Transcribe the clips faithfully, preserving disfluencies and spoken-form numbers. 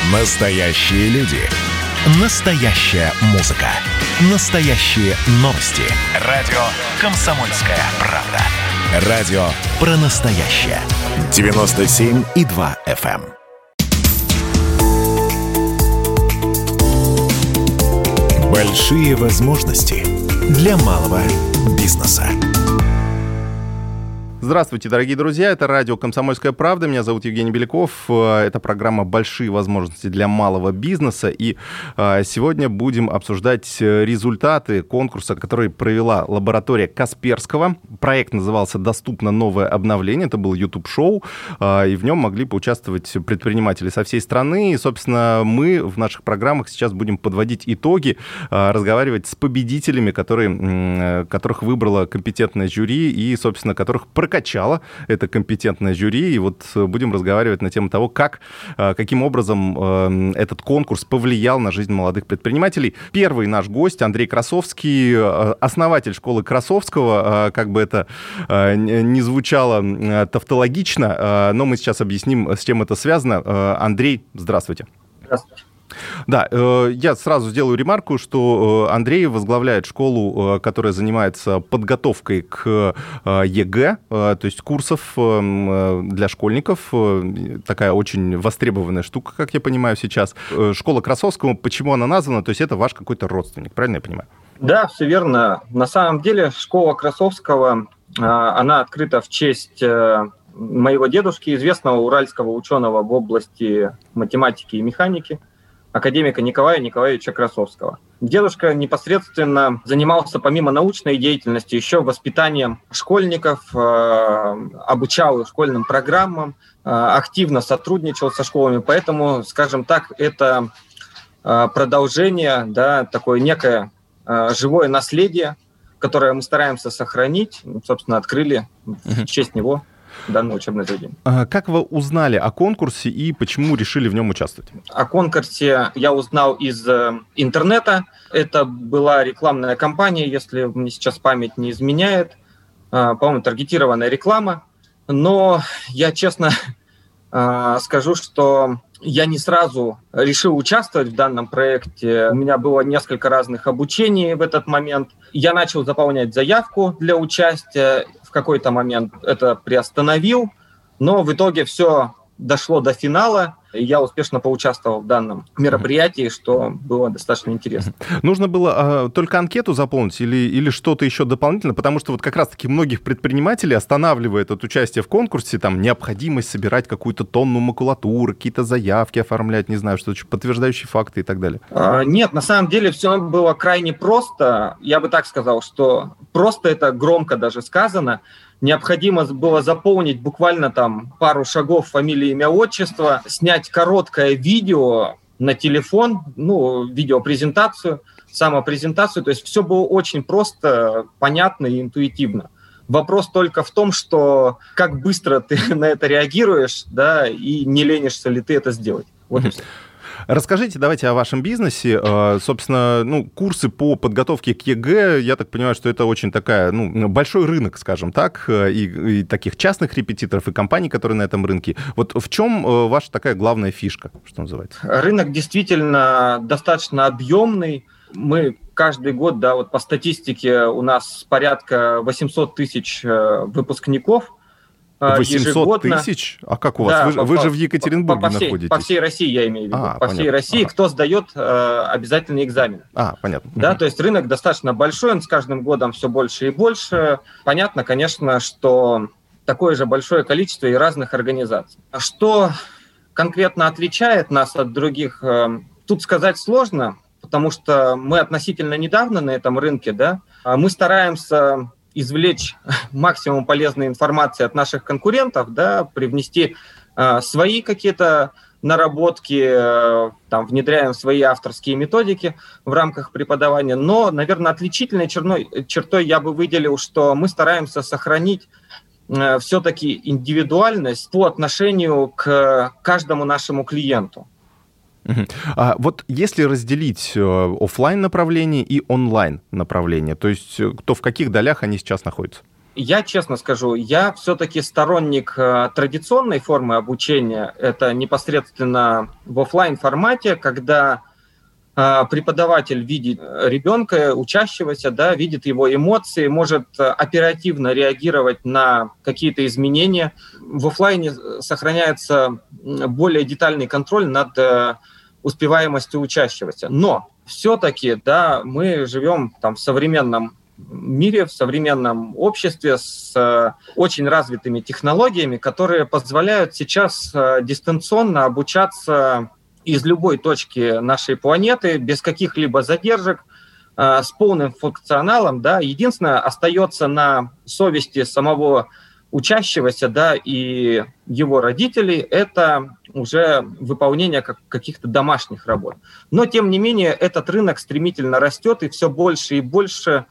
Настоящие люди. Настоящая музыка. Настоящие новости. Радио «Комсомольская правда». Радио про настоящее. девяносто семь и два эф эм. Большие возможности для малого бизнеса. Здравствуйте, дорогие друзья, это радио «Комсомольская правда», меня зовут Евгений Беляков, это программа «Большие возможности для малого бизнеса», и сегодня будем обсуждать результаты конкурса, который провела лаборатория Касперского. Проект назывался «Доступно новое обновление», это был YouTube-шоу, и в нем могли поучаствовать предприниматели со всей страны, и, собственно, мы в наших программах сейчас будем подводить итоги, разговаривать с победителями, которые, которых выбрало компетентное жюри, и, собственно, которых прокатило качало это компетентное жюри, и вот будем разговаривать на тему того, как, каким образом этот конкурс повлиял на жизнь молодых предпринимателей. Первый наш гость Андрей Красовский, основатель школы Красовского, как бы это ни звучало тавтологично, но мы сейчас объясним, с чем это связано. Андрей, здравствуйте. Здравствуйте. Да, я сразу сделаю ремарку, что Андрей возглавляет школу, которая занимается подготовкой к ЕГЭ, то есть курсов для школьников. Такая очень востребованная штука, как я понимаю сейчас. Школа Красовского, почему она названа? То есть это ваш какой-то родственник, правильно я понимаю? Да, все верно. На самом деле школа Красовского, она открыта в честь моего дедушки, известного уральского ученого в области математики и механики, академика Николая Николаевича Красовского. Дедушка непосредственно занимался помимо научной деятельности еще воспитанием школьников, обучал их школьным программам, активно сотрудничал со школами, поэтому, скажем так, это продолжение, да, такое некое живое наследие, которое мы стараемся сохранить, собственно, открыли в честь него данное учебное заведение. Как вы узнали о конкурсе и почему решили в нем участвовать? О конкурсе я узнал из интернета. Это была рекламная кампания, если мне сейчас память не изменяет. По-моему, таргетированная реклама. Но я честно скажу, что я не сразу решил участвовать в данном проекте. У меня было несколько разных обучений в этот момент. Я начал заполнять заявку для участия. В какой-то момент это приостановил, но в итоге все дошло до финала, и я успешно поучаствовал в данном мероприятии, что было достаточно интересно. Нужно было а, только анкету заполнить или, или что-то еще дополнительно? Потому что вот как раз-таки многих предпринимателей останавливает от участия в конкурсе там необходимость собирать какую-то тонну макулатуры, какие-то заявки оформлять, не знаю, что-то, подтверждающие факты и так далее. А, нет, на самом деле все было крайне просто. Я бы так сказал, что просто это громко даже сказано. Необходимо было заполнить буквально там пару шагов, фамилия, имя, отчество, снять короткое видео на телефон, ну, видеопрезентацию, самопрезентацию. То есть все было очень просто, понятно и интуитивно. Вопрос только в том, что как быстро ты на это реагируешь, да, и не ленишься ли ты это сделать. Вот и все. Расскажите, давайте, о вашем бизнесе. Собственно, ну, курсы по подготовке к ЕГЭ, я так понимаю, что это очень такая, ну, большой рынок, скажем так, и, и таких частных репетиторов, и компаний, которые на этом рынке. Вот в чем ваша такая главная фишка, что называется? Рынок действительно достаточно объемный. Мы каждый год, да, вот по статистике у нас порядка восемьсот тысяч выпускников. восемьсот тысяч? А как у вас? Да, вы, по, вы же в Екатеринбурге по, по всей, находитесь. По всей России, я имею в виду. А, по понятно. всей России. Ага. Кто сдает э, обязательный экзамен. А, понятно. Да, угу. То есть рынок достаточно большой, он с каждым годом все больше и больше. Понятно, конечно, что такое же большое количество и разных организаций. А что конкретно отличает нас от других, э, тут сказать сложно, потому что мы относительно недавно на этом рынке, да, мы стараемся извлечь максимум полезной информации от наших конкурентов, да, привнести э, свои какие-то наработки, э, там, внедряем свои авторские методики в рамках преподавания. Но, наверное, отличительной черной, чертой я бы выделил, что мы стараемся сохранить э, все-таки индивидуальность по отношению к каждому нашему клиенту. Uh-huh. А вот если разделить офлайн направление и онлайн направление, то есть то в каких долях они сейчас находятся? я честно скажу, я все-таки сторонник традиционной формы обучения. Это непосредственно в офлайн формате, когда преподаватель видит ребенка, учащегося, да, видит его эмоции, может оперативно реагировать на какие-то изменения. В офлайне сохраняется более детальный контроль над успеваемостью учащегося. Но все-таки, да, мы живем там в современном мире, в современном обществе с очень развитыми технологиями, которые позволяют сейчас дистанционно обучаться из любой точки нашей планеты, без каких-либо задержек, э, с полным функционалом, да. Единственное, остается на совести самого учащегося, да, и его родителей, это уже выполнение как, каких-то домашних работ. Но, тем не менее, этот рынок стремительно растет, и все больше и больше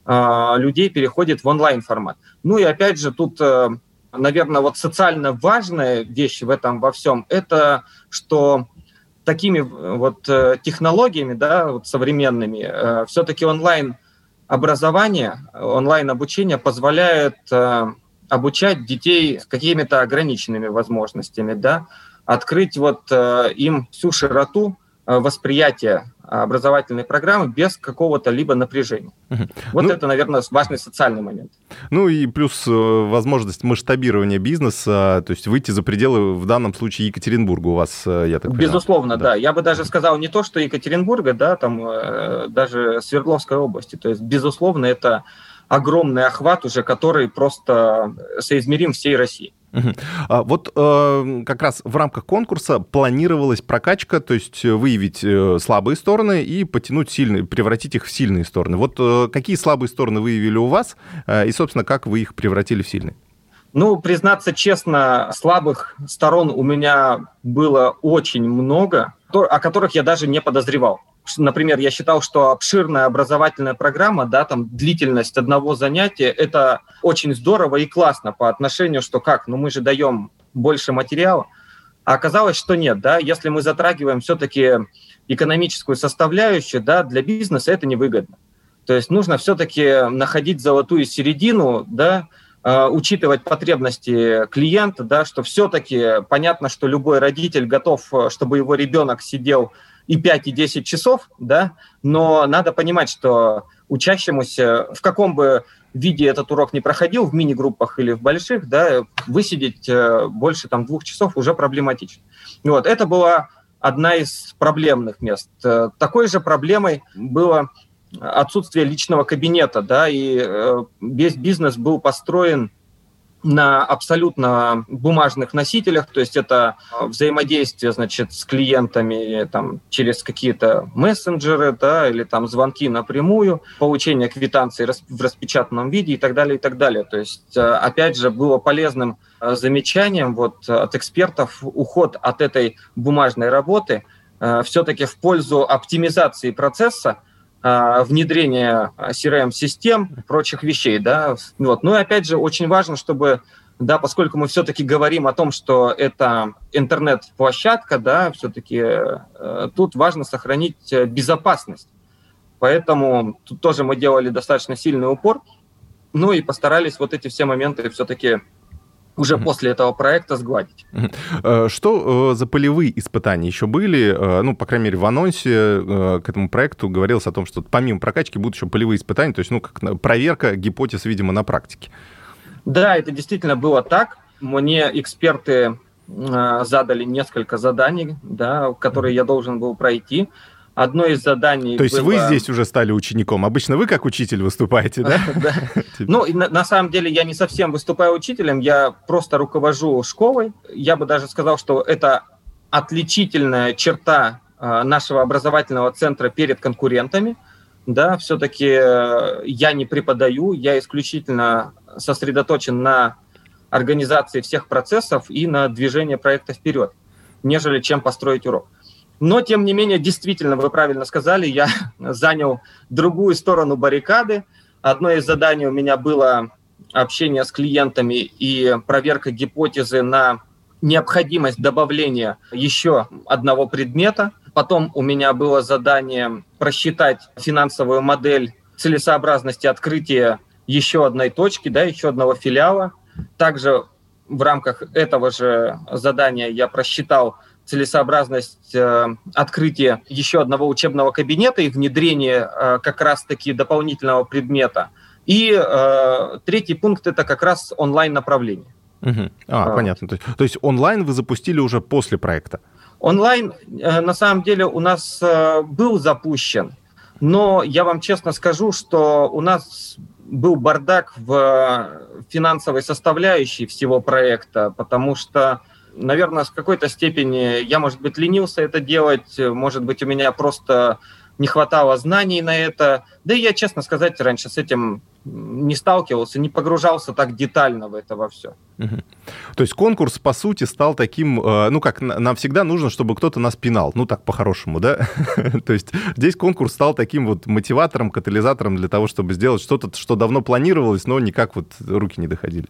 э, людей переходит в онлайн-формат. Ну и опять же, тут, э, наверное, вот социально важная вещь в этом во всем, это что такими вот технологиями, да, вот современными, э, все-таки онлайн-образование, онлайн-обучение позволяет э, обучать детей с какими-то ограниченными возможностями, да, открыть вот э, им всю широту э, восприятия образовательной программы без какого-то либо напряжения. Угу. Вот ну, это, наверное, важный социальный момент. Ну и плюс возможность масштабирования бизнеса, то есть выйти за пределы, в данном случае, Екатеринбурга у вас, я так понимаю. Безусловно, да. да. Я бы даже сказал не то, что Екатеринбурга, да, там э, даже Свердловской области. То есть, безусловно, это огромный охват уже, который просто соизмерим всей России. Угу. А вот э, как раз в рамках конкурса планировалась прокачка, то есть выявить э, слабые стороны и потянуть сильные, превратить их в сильные стороны. Вот э, какие слабые стороны выявили у вас э, и, собственно, как вы их превратили в сильные? Ну, признаться честно, слабых сторон у меня было очень много, о которых я даже не подозревал. Например, я считал, что обширная образовательная программа, да, там длительность одного занятия, это очень здорово и классно по отношению, что как, ну мы же даем больше материала. А оказалось, что нет, да, если мы затрагиваем все-таки экономическую составляющую, да, для бизнеса это невыгодно. То есть нужно все-таки находить золотую середину, да, э, учитывать потребности клиента, да, что все-таки понятно, что любой родитель готов, чтобы его ребенок сидел и пять, и десять часов, да, но надо понимать, что учащемуся, в каком бы виде этот урок не проходил, в мини-группах или в больших, да, высидеть больше там, двух часов уже проблематично. Вот, это была одна из проблемных мест. Такой же проблемой было отсутствие личного кабинета, да, и весь бизнес был построен на абсолютно бумажных носителях, то есть это взаимодействие, значит, с клиентами там, через какие-то мессенджеры, да, или там звонки напрямую, получение квитанций в распечатанном виде и так далее, и так далее. То есть, опять же, было полезным замечанием вот, от экспертов уход от этой бумажной работы все-таки в пользу оптимизации процесса, внедрение си ар эм-систем и прочих вещей, да, вот. Ну и опять же очень важно, чтобы, да, поскольку мы все-таки говорим о том, что это интернет-площадка, да, все-таки э, тут важно сохранить безопасность, поэтому тут тоже мы делали достаточно сильный упор, ну и постарались вот эти все моменты все-таки уже mm-hmm. после этого проекта сгладить. Mm-hmm. Что за полевые испытания еще были? Ну, по крайней мере, в анонсе к этому проекту говорилось о том, что помимо прокачки будут еще полевые испытания, то есть, ну, как проверка гипотез, видимо, на практике. Да, это действительно было так. Мне эксперты задали несколько заданий, да, которые я должен был пройти. Одно из заданий То есть было... вы здесь уже стали учеником. Обычно вы как учитель выступаете, да? Да. Ну, на самом деле я не совсем выступаю учителем, я просто руковожу школой. Я бы даже сказал, что это отличительная черта нашего образовательного центра перед конкурентами. Да, все-таки я не преподаю, я исключительно сосредоточен на организации всех процессов и на движении проекта вперед, нежели чем построить урок. Но, тем не менее, действительно, вы правильно сказали, я занял другую сторону баррикады. Одно из заданий у меня было общение с клиентами и проверка гипотезы на необходимость добавления еще одного предмета. Потом у меня было задание просчитать финансовую модель целесообразности открытия еще одной точки, да, еще одного филиала. Также в рамках этого же задания я просчитал целесообразность э, открытия еще одного учебного кабинета и внедрения э, как раз-таки дополнительного предмета. И э, третий пункт – это как раз онлайн-направление. Угу. А, а, понятно. То есть, то есть онлайн вы запустили уже после проекта? Онлайн, э, на самом деле, у нас э, был запущен, но я вам честно скажу, что у нас был бардак в финансовой составляющей всего проекта, потому что, наверное, в какой-то степени я, может быть, ленился это делать, может быть, у меня просто не хватало знаний на это. Да и я, честно сказать, раньше с этим не сталкивался, не погружался так детально в это во все. Угу. То есть конкурс, по сути, стал таким, ну как, нам всегда нужно, чтобы кто-то нас пинал, ну так по-хорошему, да? То есть здесь конкурс стал таким вот мотиватором, катализатором для того, чтобы сделать что-то, что давно планировалось, но никак вот руки не доходили.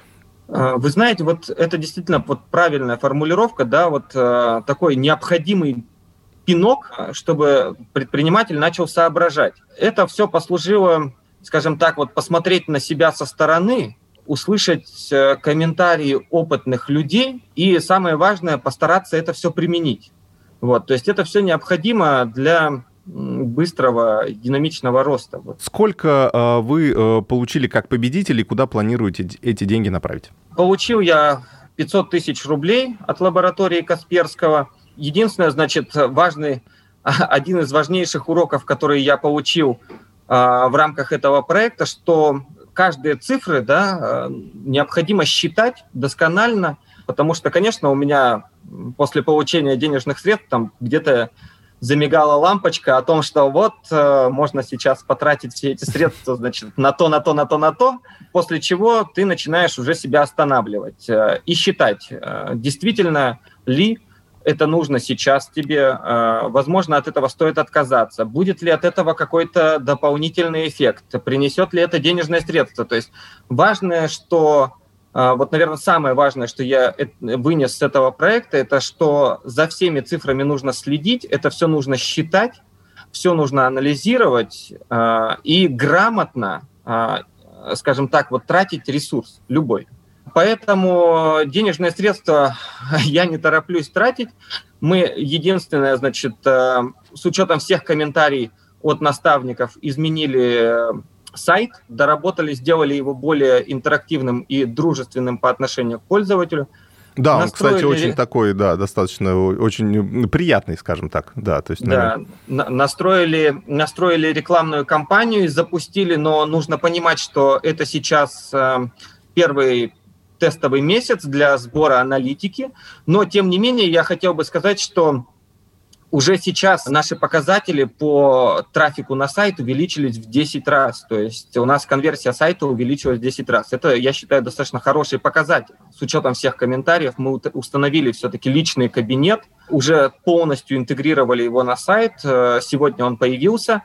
Вы знаете, вот это действительно вот правильная формулировка, да, вот э, такой необходимый пинок, чтобы предприниматель начал соображать. Это все послужило, скажем так, вот посмотреть на себя со стороны, услышать э, комментарии опытных людей и, самое важное, постараться это все применить. Вот, то есть это все необходимо для быстрого, динамичного роста. Сколько э, вы э, получили как победитель и куда планируете эти деньги направить? Получил я пятьсот тысяч рублей от лаборатории Касперского. Единственное, значит, важный, один из важнейших уроков, которые я получил э, в рамках этого проекта, что каждые цифры, да, э, необходимо считать досконально, потому что, конечно, у меня после получения денежных средств там где-то замигала лампочка о том, что вот э, можно сейчас потратить все эти средства, значит, на то, на то, на то, на то, после чего ты начинаешь уже себя останавливать э, и считать, э, действительно ли это нужно сейчас тебе, э, возможно, от этого стоит отказаться, будет ли от этого какой-то дополнительный эффект, принесет ли это денежное средство. То есть важное, что вот, наверное, самое важное, что я вынес с этого проекта, это что за всеми цифрами нужно следить, это все нужно считать, все нужно анализировать э, и грамотно, э, скажем так, вот тратить ресурс любой. Поэтому денежные средства я не тороплюсь тратить. Мы единственное, значит, э, с учетом всех комментариев от наставников изменили сайт, доработали, сделали его более интерактивным и дружественным по отношению к пользователю. Да, настроили... он, кстати, очень такой, да, достаточно, очень приятный, скажем так. Да, то есть, наверное... да, настроили, настроили рекламную кампанию и запустили, но нужно понимать, что это сейчас э, первый тестовый месяц для сбора аналитики, но, тем не менее, я хотел бы сказать, что уже сейчас наши показатели по трафику на сайт увеличились в десять раз. То есть у нас конверсия сайта увеличилась в десять раз. Это, я считаю, достаточно хороший показатель. С учетом всех комментариев мы установили все-таки личный кабинет, уже полностью интегрировали его на сайт. Сегодня он появился.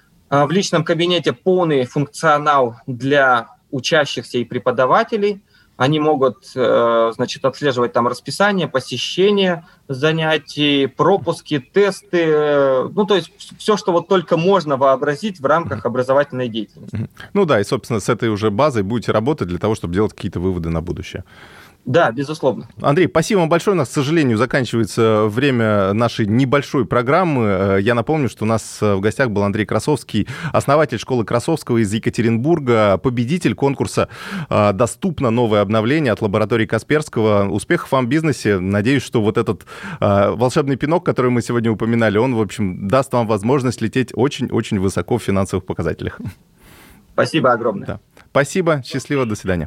В личном кабинете полный функционал для учащихся и преподавателей. Они могут, значит, отслеживать там расписание, посещение занятий, пропуски, тесты. Ну, то есть все, что вот только можно вообразить в рамках образовательной деятельности. Ну да, и, собственно, с этой уже базой будете работать для того, чтобы делать какие-то выводы на будущее. Да, безусловно. Андрей, спасибо вам большое. У нас, к сожалению, заканчивается время нашей небольшой программы. Я напомню, что у нас в гостях был Андрей Красовский, основатель школы Красовского из Екатеринбурга, победитель конкурса «Доступно новое обновление» от лаборатории Касперского. Успехов вам в бизнесе. Надеюсь, что вот этот волшебный пинок, который мы сегодня упоминали, он, в общем, даст вам возможность лететь очень-очень высоко в финансовых показателях. Спасибо огромное. Да. Спасибо. Счастливо. До свидания.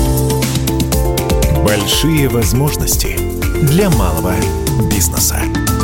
Большие возможности для малого бизнеса.